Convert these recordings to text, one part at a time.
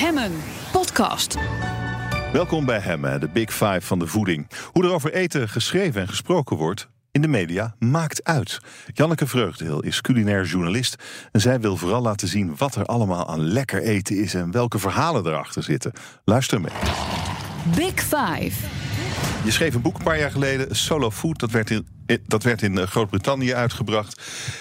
Hemmen podcast. Welkom bij Hemmen, de Big Five van de voeding. Hoe er over eten geschreven en gesproken wordt in de media maakt uit. Janneke Vreugdehil is culinair journalist en zij wil vooral laten zien wat er allemaal aan lekker eten is en welke verhalen erachter zitten. Luister mee. Big Five. Je schreef een boek een paar jaar geleden, Solo Food, dat werd in Groot-Brittannië uitgebracht.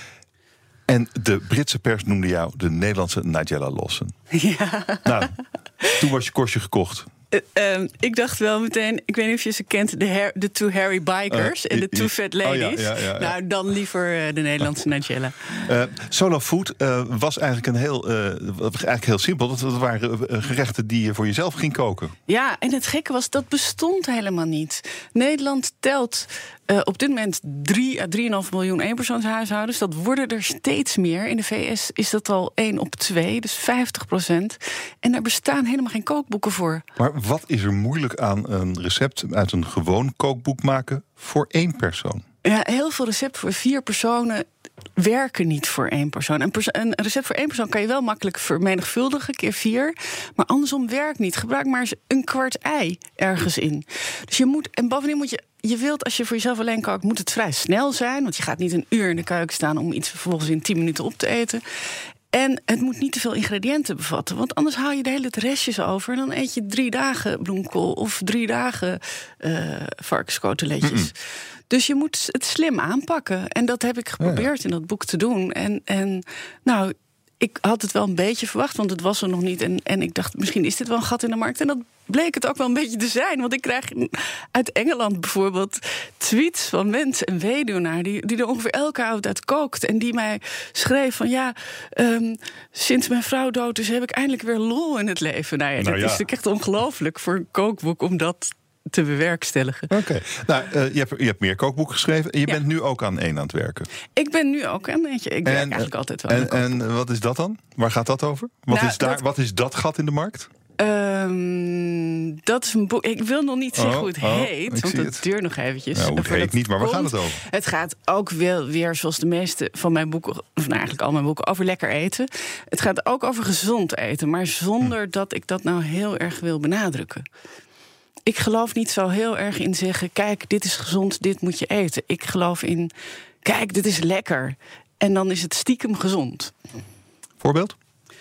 En de Britse pers noemde jou de Nederlandse Nigella Lawson. Ja. Nou, toen was je kostje gekocht. Ik dacht wel meteen, ik weet niet of je ze kent, de Two Hairy Bikers en de Two Fat Ladies. Ja. Nou, dan liever de Nederlandse Nigella. Solo Food was eigenlijk heel simpel. Dat waren gerechten die je voor jezelf ging koken. Ja, en het gekke was, dat bestond helemaal niet. Nederland telt op dit moment 3 à 3,5 miljoen eenpersoonshuishoudens. Dat worden er steeds meer. In de VS is dat al 1 op 2, dus 50%. En daar bestaan helemaal geen kookboeken voor. Maar wat is er moeilijk aan een recept uit een gewoon kookboek maken voor 1 persoon? Ja, heel veel recepten voor 4 personen werken niet voor 1 persoon. Een recept voor 1 persoon kan je wel makkelijk vermenigvuldigen, keer 4. Maar andersom werkt niet. Gebruik maar eens een kwart ei ergens in. Dus je moet, en bovendien je wilt, als je voor jezelf alleen kookt, moet het vrij snel zijn. Want je gaat niet een uur in de keuken staan om iets vervolgens in 10 minuten op te eten. En het moet niet te veel ingrediënten bevatten. Want anders haal je de hele tijd restjes over. En dan eet je 3 dagen bloemkool of 3 dagen varkenskoteletjes. Dus je moet het slim aanpakken. En dat heb ik geprobeerd in dat boek te doen. En nou, ik had het wel een beetje verwacht, want het was er nog niet. En ik dacht, misschien is dit wel een gat in de markt. En dat bleek het ook wel een beetje te zijn. Want ik krijg uit Engeland bijvoorbeeld tweets van mensen, een weduwnaar die er ongeveer elke avond uit kookt. En die mij schreef van sinds mijn vrouw dood is, heb ik eindelijk weer lol in het leven. Nou ja, dat is natuurlijk echt ongelooflijk voor een kookboek om dat te bewerkstelligen. Oké. Nou, je hebt meer kookboeken geschreven. En je bent nu ook aan 1 aan het werken. Ik ben nu ook aan eentje. Ik werk eigenlijk altijd wel. En wat is dat dan? Waar gaat dat over? Wat is dat gat in de markt? Dat is een boek. Ik wil nog niet zeggen hoe het heet, want het duurt nog eventjes. Nou, het heet niet, maar waar gaat het over? Het gaat ook weer, zoals de meeste van mijn boeken, of nou eigenlijk al mijn boeken, over lekker eten. Het gaat ook over gezond eten, maar zonder dat ik dat nou heel erg wil benadrukken. Ik geloof niet zo heel erg in zeggen, kijk, dit is gezond, dit moet je eten. Ik geloof in, kijk, dit is lekker. En dan is het stiekem gezond. Voorbeeld?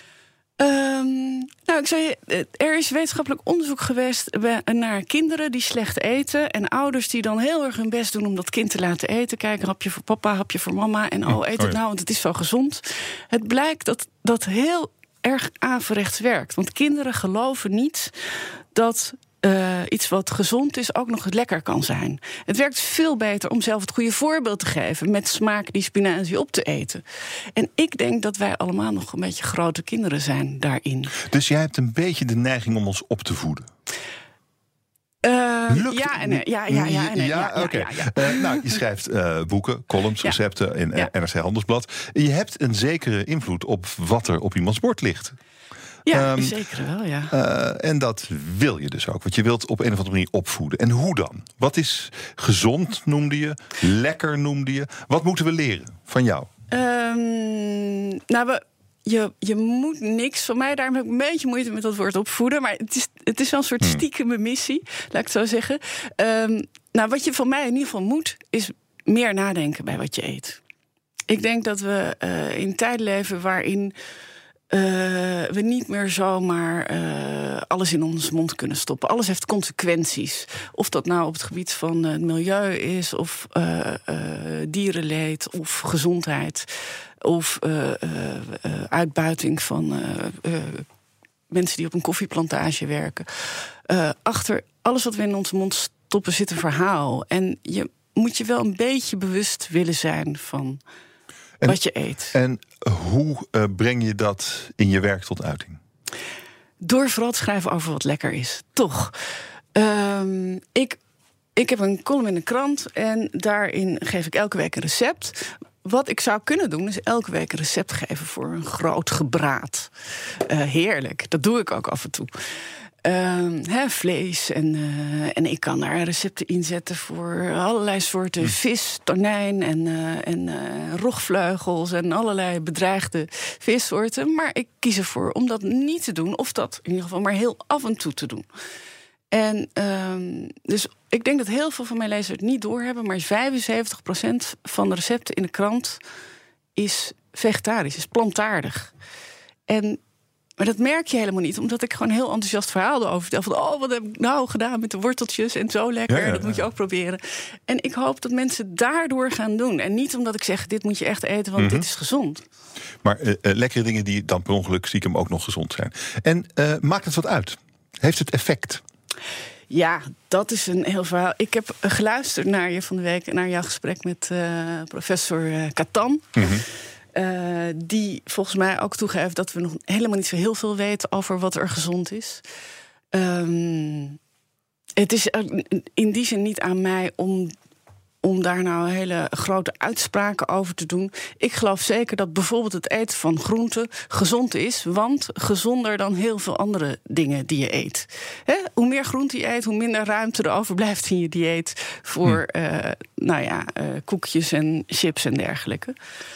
Ik zei, er is wetenschappelijk onderzoek geweest naar kinderen die slecht eten. En ouders die dan heel erg hun best doen om dat kind te laten eten. Kijk, een hapje voor papa, hapje voor mama. En eet het nou, want het is zo gezond. Het blijkt dat dat heel erg averechts werkt. Want kinderen geloven niet dat iets wat gezond is ook nog lekker kan zijn. Het werkt veel beter om zelf het goede voorbeeld te geven, met smaak die spinazie op te eten. En ik denk dat wij allemaal nog een beetje grote kinderen zijn daarin. Dus jij hebt een beetje de neiging om ons op te voeden? Oké. Nou, je schrijft boeken, columns, recepten in NRC Handelsblad. Je hebt een zekere invloed op wat er op iemands bord ligt. Ja, zeker wel, ja. En dat wil je dus ook. Want je wilt op een of andere manier opvoeden. En hoe dan? Wat is gezond, noemde je? Lekker, noemde je? Wat moeten we leren van jou? Je moet niks van mij. Daarom heb ik een beetje moeite met dat woord opvoeden. Maar het is wel een soort stiekeme missie, laat ik het zo zeggen. Wat je van mij in ieder geval moet, is meer nadenken bij wat je eet. Ik denk dat we in een tijd leven waarin we niet meer zomaar alles in onze mond kunnen stoppen. Alles heeft consequenties. Of dat nou op het gebied van het milieu is, of dierenleed, of gezondheid, of uitbuiting van mensen die op een koffieplantage werken. Achter alles wat we in onze mond stoppen zit een verhaal. En je moet je wel een beetje bewust willen zijn van wat je eet. En hoe breng je dat in je werk tot uiting? Door vooral te schrijven over wat lekker is. Toch. Ik heb een column in de krant en daarin geef ik elke week een recept. Wat ik zou kunnen doen, is elke week een recept geven voor een groot gebraad. Heerlijk, dat doe ik ook af en toe. vlees. En ik kan daar recepten inzetten voor allerlei soorten vis, tonijn en rogvleugels en allerlei bedreigde vissoorten. Maar ik kies ervoor om dat niet te doen, of dat in ieder geval maar heel af en toe te doen. En dus ik denk dat heel veel van mijn lezers het niet doorhebben, maar 75% van de recepten in de krant is vegetarisch, is plantaardig. Maar dat merk je helemaal niet, omdat ik gewoon een heel enthousiast verhaal erover vertel. Van, wat heb ik nou gedaan met de worteltjes en zo lekker, dat moet je ook proberen. En ik hoop dat mensen daardoor gaan doen. En niet omdat ik zeg, dit moet je echt eten, want dit is gezond. Maar lekkere dingen die dan per ongeluk stiekem ook nog gezond zijn. En maakt het wat uit? Heeft het effect? Ja, dat is een heel verhaal. Ik heb geluisterd naar je van de week, naar jouw gesprek met professor Catan. Die volgens mij ook toegeeft dat we nog helemaal niet zo heel veel weten over wat er gezond is. Het is in die zin niet aan mij om daar nou hele grote uitspraken over te doen. Ik geloof zeker dat bijvoorbeeld het eten van groenten gezond is, want gezonder dan heel veel andere dingen die je eet. Hoe meer groente je eet, hoe minder ruimte er overblijft in je dieet voor koekjes en chips en dergelijke.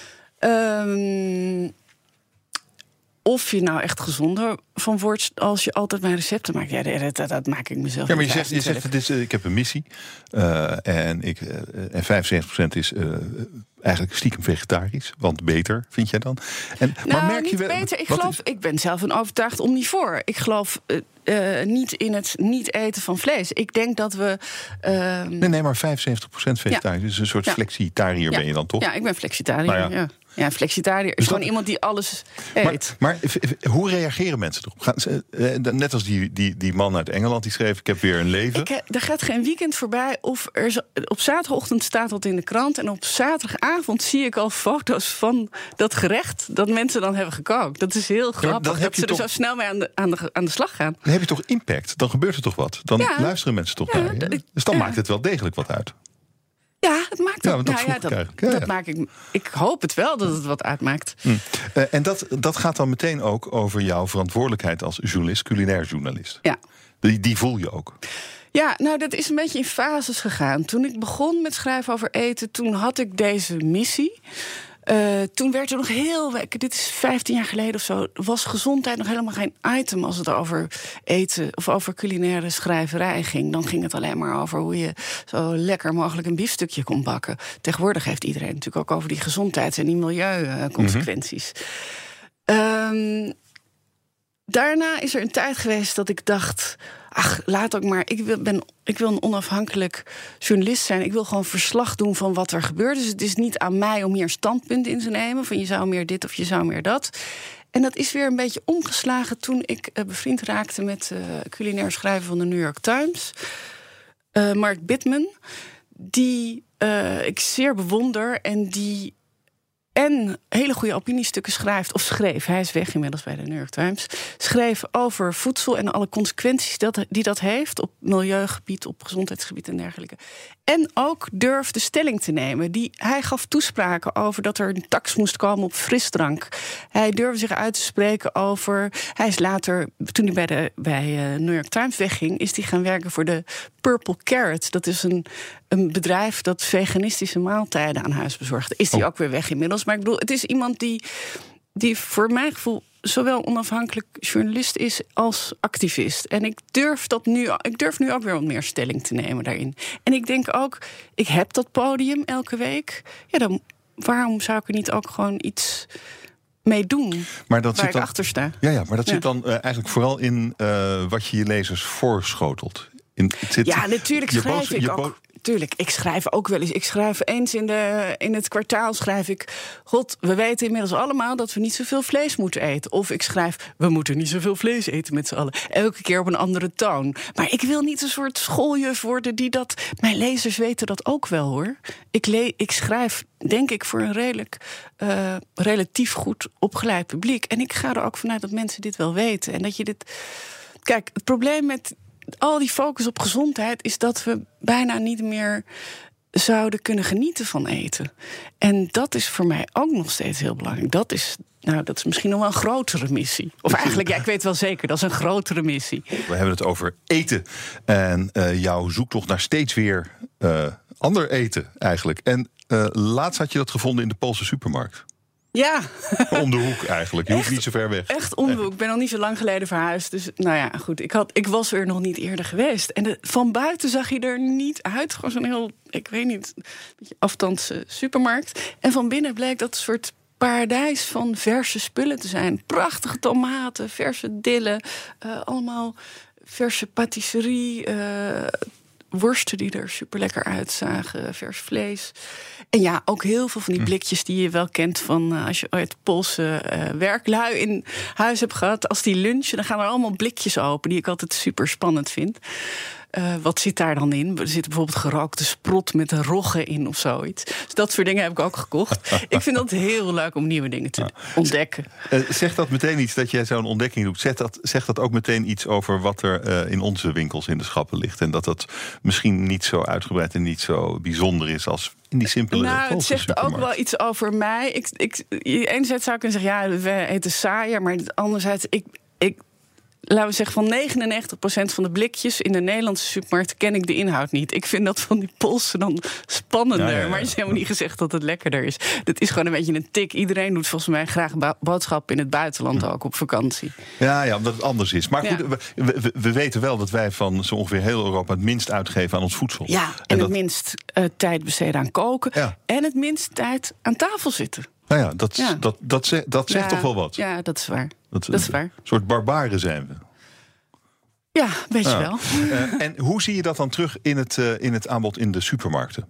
Of je nou echt gezonder van wordt als je altijd mijn recepten maakt. Ja, dat maak ik mezelf. Ja, maar je zegt het is, ik heb een missie. En 75% is eigenlijk stiekem vegetarisch. Want beter, vind jij dan? Maar merk niet je wel, beter. Ik ben zelf een overtuigd omnivoor. Ik geloof niet in het niet eten van vlees. Ik denk dat we... Nee, maar 75% vegetarisch. Dus een soort flexitariër ben je dan toch? Ja, ik ben flexitariër, Ja, flexitariër is dus gewoon iemand die alles eet. Maar hoe reageren mensen erop? Net als die man uit Engeland die schreef, ik heb weer een leven. Er gaat geen weekend voorbij of op zaterdagochtend staat wat in de krant. En op zaterdagavond zie ik al foto's van dat gerecht dat mensen dan hebben gekookt. Dat is heel grappig dat ze er zo snel mee aan de slag gaan. Dan heb je toch impact? Dan gebeurt er toch wat? Dan luisteren mensen toch naar je? Dus dan maakt het wel degelijk wat uit. Ja, het maakt dat maak ik. Ik hoop het wel dat het wat uitmaakt. En dat gaat dan meteen ook over jouw verantwoordelijkheid als journalist, culinair journalist. Ja. Die voel je ook. Ja, nou, dat is een beetje in fases gegaan. Toen ik begon met schrijven over eten, toen had ik deze missie. Toen werd er nog dit is 15 jaar geleden of zo, was gezondheid nog helemaal geen item als het over eten of over culinaire schrijverij ging. Dan ging het alleen maar over hoe je zo lekker mogelijk een biefstukje kon bakken. Tegenwoordig heeft iedereen natuurlijk ook over die gezondheids- en die milieuconsequenties. Daarna is er een tijd geweest dat ik dacht, laat ook maar. Ik wil een onafhankelijk journalist zijn. Ik wil gewoon verslag doen van wat er gebeurt. Dus het is niet aan mij om hier een standpunt in te nemen. Van je zou meer dit of je zou meer dat. En dat is weer een beetje omgeslagen toen ik bevriend raakte met culinair schrijver van de New York Times. Mark Bittman. Die ik zeer bewonder en die hele goede opiniestukken schreef. Hij is weg inmiddels bij de New York Times. Schreef over voedsel en alle consequenties die dat heeft op milieugebied, op gezondheidsgebied en dergelijke. En ook durfde stelling te nemen. Hij gaf toespraken over dat er een tax moest komen op frisdrank. Hij durfde zich uit te spreken over. Hij is later, toen hij bij New York Times wegging, is hij gaan werken voor de Purple Carrot. Dat is een bedrijf dat veganistische maaltijden aan huis bezorgt. Is die ook weer weg inmiddels. Maar ik bedoel, het is iemand die voor mijn gevoel zowel onafhankelijk journalist is als activist. En ik durf nu ook weer wat meer stelling te nemen daarin. En ik denk ook, ik heb dat podium elke week. Ja, dan waarom zou ik er niet ook gewoon iets mee doen maar dat waar ik achter sta? Ja, maar dat zit dan eigenlijk vooral in wat je lezers voorschotelt. Natuurlijk schrijf ik ook. Tuurlijk, ik schrijf ook wel eens. Ik schrijf eens in het kwartaal schrijf ik, God, we weten inmiddels allemaal dat we niet zoveel vlees moeten eten. Of ik schrijf, we moeten niet zoveel vlees eten met z'n allen. Elke keer op een andere toon. Maar ik wil niet een soort schooljuf worden die dat. Mijn lezers weten dat ook wel, hoor. Ik schrijf, denk ik, voor een relatief goed opgeleid publiek. En ik ga er ook vanuit dat mensen dit wel weten. En dat je dit. Kijk, het probleem met al die focus op gezondheid is dat we bijna niet meer zouden kunnen genieten van eten. En dat is voor mij ook nog steeds heel belangrijk. Dat is misschien nog wel een grotere missie. Of eigenlijk, ik weet wel zeker, dat is een grotere missie. We hebben het over eten. En jouw zoektocht naar steeds weer ander eten eigenlijk. En laatst had je dat gevonden in de Poolse supermarkt. Ja. Om de hoek eigenlijk. Je hoeft niet zo ver weg. Echt om de hoek. Ik ben al niet zo lang geleden verhuisd. Dus nou ja, goed. Ik was er nog niet eerder geweest. En van buiten zag je er niet uit. Gewoon zo'n heel, ik weet niet, een beetje afstandse supermarkt. En van binnen bleek dat een soort paradijs van verse spullen te zijn. Prachtige tomaten, verse dillen. Allemaal verse patisserie. Worsten die er super lekker uitzagen. Vers vlees. En ja, ook heel veel van die blikjes die je wel kent van als je ooit Poolse werklui in huis hebt gehad. Als die lunchen, dan gaan er allemaal blikjes open die ik altijd super spannend vind. Wat zit daar dan in? Er zit bijvoorbeeld gerookte sprot met een rogge in of zoiets. Dus dat soort dingen heb ik ook gekocht. Ik vind dat heel leuk om nieuwe dingen te ontdekken. Zegt dat meteen iets dat jij zo'n ontdekking doet? Zegt dat ook meteen iets over wat er in onze winkels in de schappen ligt? En dat dat misschien niet zo uitgebreid en niet zo bijzonder is als in die simpele het zegt ook wel iets over mij. Enerzijds zou ik kunnen zeggen, ja, we eten saaier. Maar anderzijds, laten we zeggen, van 99% van de blikjes in de Nederlandse supermarkt ken ik de inhoud niet. Ik vind dat van die Poolse dan spannender. Ja. Maar het is helemaal niet gezegd dat het lekkerder is. Dat is gewoon een beetje een tik. Iedereen doet volgens mij graag boodschappen in het buitenland ook op vakantie. Ja, omdat het anders is. Maar goed, we weten wel dat wij van zo ongeveer heel Europa het minst uitgeven aan ons voedsel. Ja, en het minst tijd besteden aan koken. Ja. En het minst tijd aan tafel zitten. Nou ja, dat zegt toch wel wat. Ja, dat is waar. Dat is waar. Een soort barbaren zijn we. Ja, een beetje wel. En hoe zie je dat dan terug in het aanbod in de supermarkten?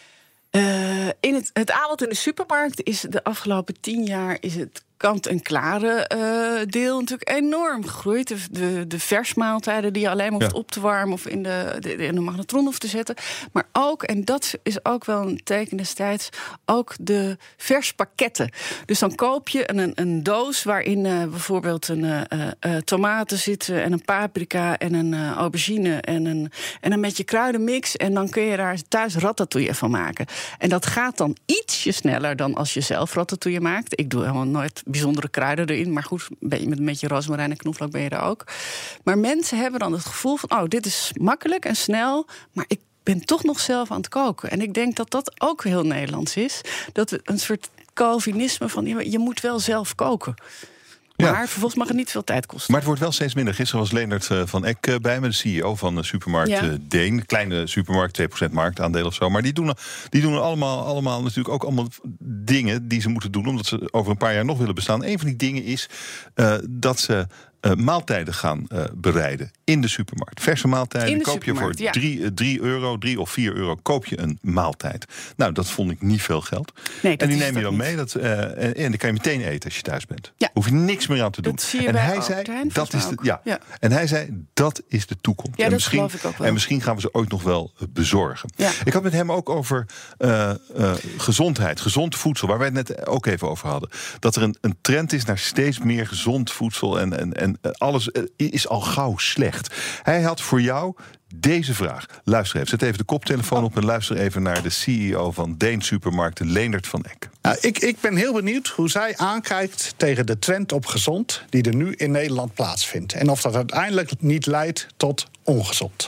In het aanbod in de supermarkt is de afgelopen 10 jaar is het kant-en-klare deel natuurlijk enorm gegroeid. De versmaaltijden die je alleen maar hoeft op te warmen of in de magnetron hoeft te zetten. Maar ook, en dat is ook wel een teken destijds, ook de verspakketten. Dus dan koop je een doos waarin bijvoorbeeld tomaten zitten en een paprika en een aubergine en een beetje kruidenmix. En dan kun je daar thuis ratatouille van maken. En dat gaat dan ietsje sneller dan als je zelf ratatouille maakt. Ik doe helemaal nooit bijzondere kruiden erin. Maar goed, met een beetje rozemarijn en knoflook ben je er ook. Maar mensen hebben dan het gevoel van, dit is makkelijk en snel, maar ik ben toch nog zelf aan het koken. En ik denk dat dat ook heel Nederlands is. Dat we een soort Calvinisme van, je moet wel zelf koken. Maar vervolgens mag het niet veel tijd kosten. Maar het wordt wel steeds minder. Gisteren was Leendert van Eck bij me, de CEO van de supermarkt Deen. Kleine supermarkt, 2% marktaandeel of zo. Maar die doen allemaal natuurlijk ook allemaal dingen die ze moeten doen, omdat ze over een paar jaar nog willen bestaan. Een van die dingen is dat ze maaltijden gaan bereiden in de supermarkt. Verse maaltijden koop je voor €3, 3 of 4 euro koop je een maaltijd. Nou, dat vond ik niet veel geld. Nee, en die neem je dan mee. En dan kan je meteen eten als je thuis bent. Ja. Hoef je niks meer aan te doen. Dat zie je en hij zei, En hij zei, dat is de toekomst. Ja, dat geloof ik ook wel. En misschien gaan we ze ooit nog wel bezorgen. Ja. Ik had met hem ook over gezondheid, gezond voedsel, waar wij het net ook even over hadden. Dat er een trend is naar steeds meer gezond voedsel en alles is al gauw slecht. Hij had voor jou deze vraag. Luister even, zet even de koptelefoon op en luister even naar de CEO van Deen Supermarkten, Leendert van Eck. Nou, ik ben heel benieuwd hoe zij aankijkt tegen de trend op gezond die er nu in Nederland plaatsvindt. En of dat uiteindelijk niet leidt tot ongezond.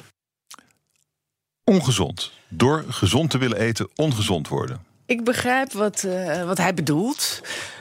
Ongezond. Door gezond te willen eten, ongezond worden. Ik begrijp wat hij bedoelt.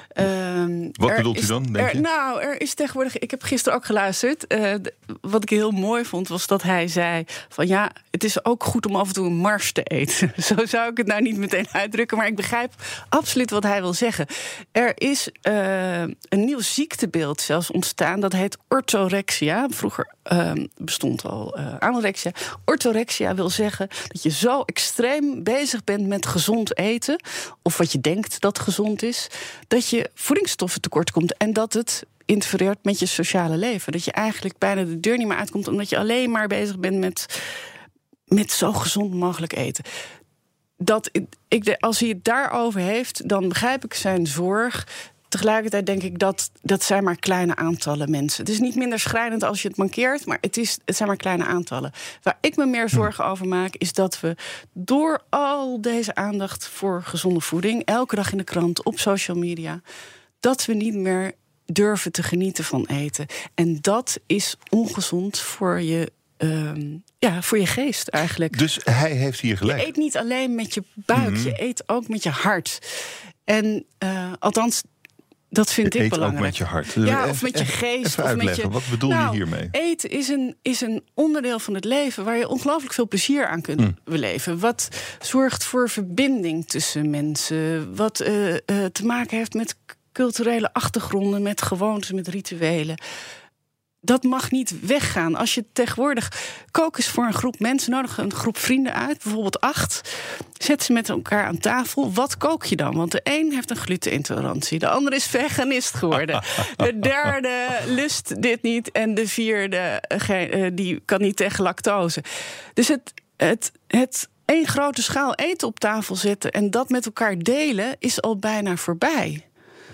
Wat bedoelt u dan, denk je? Er is tegenwoordig, ik heb gisteren ook geluisterd. Wat ik heel mooi vond, was dat hij zei van het is ook goed om af en toe een mars te eten. Zo zou ik het nou niet meteen uitdrukken, maar ik begrijp absoluut wat hij wil zeggen. Er is een nieuw ziektebeeld zelfs ontstaan, dat heet orthorexia. Vroeger bestond al anorexia. Orthorexia wil zeggen dat je zo extreem bezig bent met gezond eten, of wat je denkt dat gezond is, dat je voedingsstoffen tekort komt en dat het interfereert met je sociale leven. Dat je eigenlijk bijna de deur niet meer uitkomt, omdat je alleen maar bezig bent met zo gezond mogelijk eten. Als hij het daarover heeft, dan begrijp ik zijn zorg tegelijkertijd denk ik dat zijn maar kleine aantallen mensen. Het is niet minder schrijnend als je het mankeert, maar het zijn maar kleine aantallen. Waar ik me meer zorgen over maak, is dat we door al deze aandacht voor gezonde voeding, elke dag in de krant, op social media, dat we niet meer durven te genieten van eten. En dat is ongezond voor je geest eigenlijk. Dus hij heeft hier gelijk. Je eet niet alleen met je buik, je eet ook met je hart. En althans, dat vind ik belangrijk. Ook met je hart. Ja, of met je geest. Even of uitleggen, met je, wat bedoel je hiermee? Eten is een onderdeel van het leven waar je ongelooflijk veel plezier aan kunt beleven. Wat zorgt voor verbinding tussen mensen. Wat te maken heeft met culturele achtergronden, met gewoontes, met rituelen. Dat mag niet weggaan. Als je tegenwoordig kook is voor een groep mensen, nodig een groep vrienden uit, bijvoorbeeld 8. Zet ze met elkaar aan tafel. Wat kook je dan? Want de een heeft een glutenintolerantie, de ander is veganist geworden. De derde lust dit niet en de vierde die kan niet tegen lactose. Dus het één grote schaal eten op tafel zetten en dat met elkaar delen is al bijna voorbij.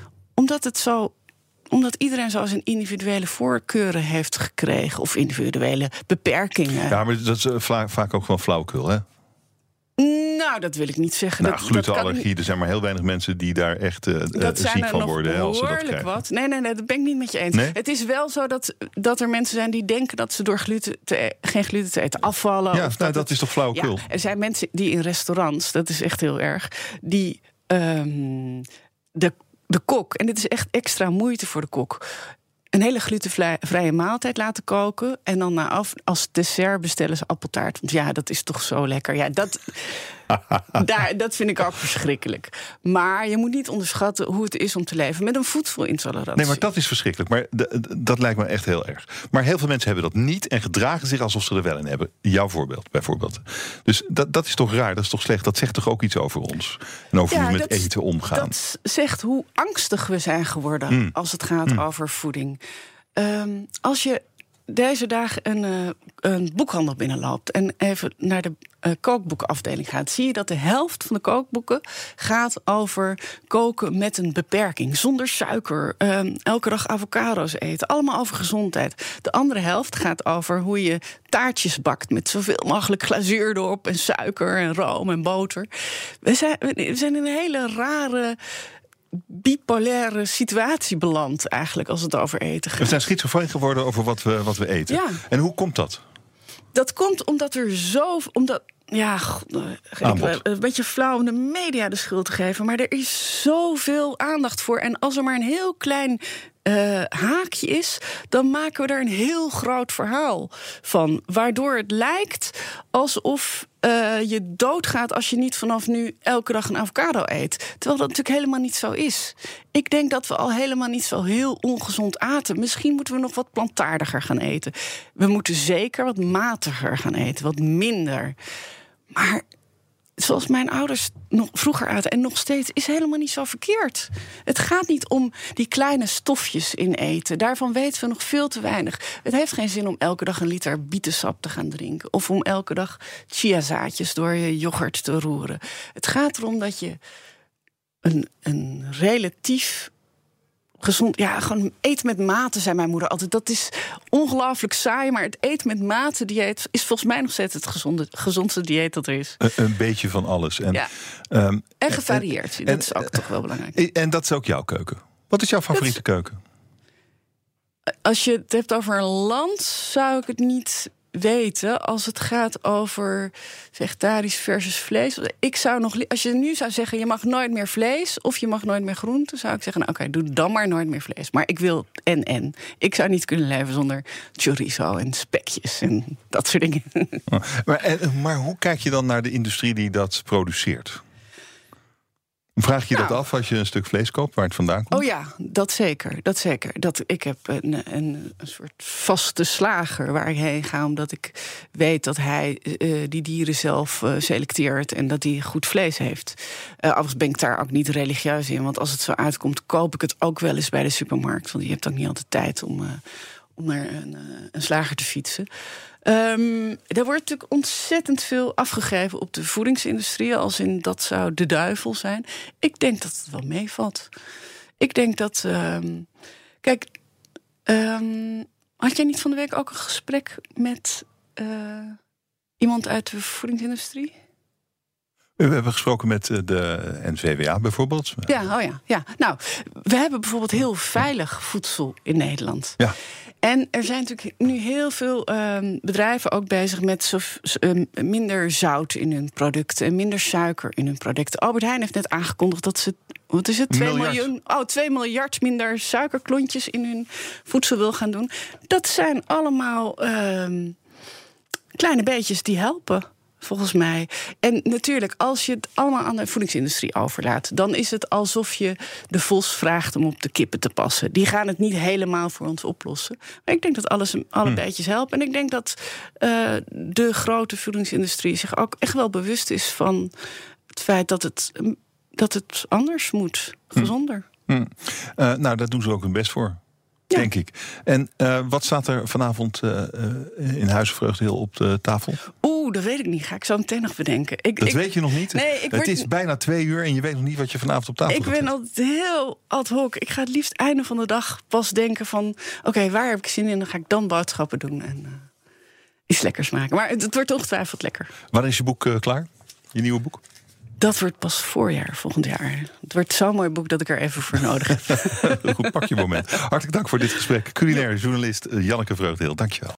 Omdat iedereen zo zijn individuele voorkeuren heeft gekregen of individuele beperkingen. Ja, maar dat is vaak ook wel flauwekul, hè? Nou, dat wil ik niet zeggen. Glutenallergie, er zijn maar heel weinig mensen die daar echt ziek van worden. Als ze dat krijgen. Wat. Nee, dat ben ik niet met je eens. Nee? Het is wel zo dat er mensen zijn die denken dat ze door geen gluten te eten afvallen. Ja, of dat is toch flauwekul? Ja, er zijn mensen die in restaurants, dat is echt heel erg, die de kok, en dit is echt extra moeite voor de kok, een hele glutenvrije maaltijd laten koken en dan als dessert bestellen ze appeltaart. Want ja, dat is toch zo lekker. Ja, dat vind ik ook verschrikkelijk. Maar je moet niet onderschatten hoe het is om te leven met een voedselintolerantie. Nee, maar dat is verschrikkelijk. Maar dat lijkt me echt heel erg. Maar heel veel mensen hebben dat niet en gedragen zich alsof ze er wel in hebben. Jouw voorbeeld, bijvoorbeeld. Dus dat is toch raar, dat is toch slecht. Dat zegt toch ook iets over ons? En over hoe we met eten omgaan. Dat zegt hoe angstig we zijn geworden als het gaat over voeding. Als je deze dagen een boekhandel binnenloopt en even naar de kookboekenafdeling gaat, zie je dat de helft van de kookboeken gaat over koken met een beperking, zonder suiker, elke dag avocado's eten, allemaal over gezondheid. De andere helft gaat over hoe je taartjes bakt met zoveel mogelijk glazuur erop en suiker en room en boter. We zijn in een hele rare bipolaire situatie beland eigenlijk als het over eten gaat. We zijn schizofreen geworden over wat we eten. Ja. En hoe komt dat? Dat komt omdat er een beetje flauw om de media de schuld te geven, maar er is zoveel aandacht voor. En als er maar een heel klein haakje is, dan maken we daar een heel groot verhaal van. Waardoor het lijkt alsof je doodgaat als je niet vanaf nu elke dag een avocado eet. Terwijl dat natuurlijk helemaal niet zo is. Ik denk dat we al helemaal niet zo heel ongezond aten. Misschien moeten we nog wat plantaardiger gaan eten. We moeten zeker wat matiger gaan eten, wat minder. Maar zoals mijn ouders nog vroeger aten en nog steeds, is helemaal niet zo verkeerd. Het gaat niet om die kleine stofjes in eten. Daarvan weten we nog veel te weinig. Het heeft geen zin om elke dag een liter bietensap te gaan drinken, of om elke dag chiazaadjes door je yoghurt te roeren. Het gaat erom dat je een relatief gezond, gewoon eten met mate, zei mijn moeder altijd. Dat is ongelooflijk saai, maar het eten met mate dieet is volgens mij nog steeds het gezondste dieet dat er is. Een beetje van alles. En gevarieerd. Dat is ook toch wel belangrijk. En dat is ook jouw keuken. Wat is jouw favoriete keuken? Als je het hebt over een land, zou ik het niet weten als het gaat over vegetarisch versus vlees. Ik zou nog, als je nu zou zeggen, je mag nooit meer vlees of je mag nooit meer groente, zou ik zeggen, oké, doe dan maar nooit meer vlees. Maar ik wil en. Ik zou niet kunnen leven zonder chorizo en spekjes en dat soort dingen. Maar hoe kijk je dan naar de industrie die dat produceert? Vraag je dat af als je een stuk vlees koopt, waar het vandaan komt? Oh ja, dat zeker. Ik heb een soort vaste slager waar ik heen ga, omdat ik weet dat hij die dieren zelf selecteert en dat hij goed vlees heeft. Overigens ben ik daar ook niet religieus in, want als het zo uitkomt, koop ik het ook wel eens bij de supermarkt. Want je hebt ook niet altijd tijd om naar een slager te fietsen. Er wordt natuurlijk ontzettend veel afgegeven op de voedingsindustrie, als in dat zou de duivel zijn. Ik denk dat het wel meevalt. Ik denk dat... Kijk, had jij niet van de week ook een gesprek met iemand uit de voedingsindustrie? We hebben gesproken met de NVWA bijvoorbeeld. Ja. Nou, we hebben bijvoorbeeld heel veilig voedsel in Nederland. Ja. En er zijn natuurlijk nu heel veel bedrijven ook bezig met minder zout in hun producten en minder suiker in hun producten. Albert Heijn heeft net aangekondigd dat ze 2 miljard minder suikerklontjes in hun voedsel wil gaan doen. Dat zijn allemaal kleine beetjes die helpen. Volgens mij. En natuurlijk, als je het allemaal aan de voedingsindustrie overlaat, dan is het alsof je de vos vraagt om op de kippen te passen. Die gaan het niet helemaal voor ons oplossen. Maar ik denk dat alle beetjes helpen. En ik denk dat de grote voedingsindustrie zich ook echt wel bewust is van het feit dat het anders moet, gezonder. Nou, daar doen ze ook hun best voor. Ja. Denk ik. En wat staat er vanavond in Huis Vreugdehil op de tafel? Dat weet ik niet. Ga ik zo meteen nog bedenken. Dat weet je nog niet? Nee, het is bijna 2 uur en je weet nog niet wat je vanavond op tafel gaat. Ik ben altijd heel ad hoc. Ik ga het liefst einde van de dag pas denken van... Oké, waar heb ik zin in? Dan ga ik dan boodschappen doen en iets lekkers maken. Maar het wordt ongetwijfeld lekker. Wanneer is je boek klaar? Je nieuwe boek? Dat wordt pas voorjaar, volgend jaar. Het wordt zo'n mooi boek dat ik er even voor nodig heb. Goed, pak je moment. Hartelijk dank voor dit gesprek. Culinair journalist Janneke Vreugdehil, dankjewel.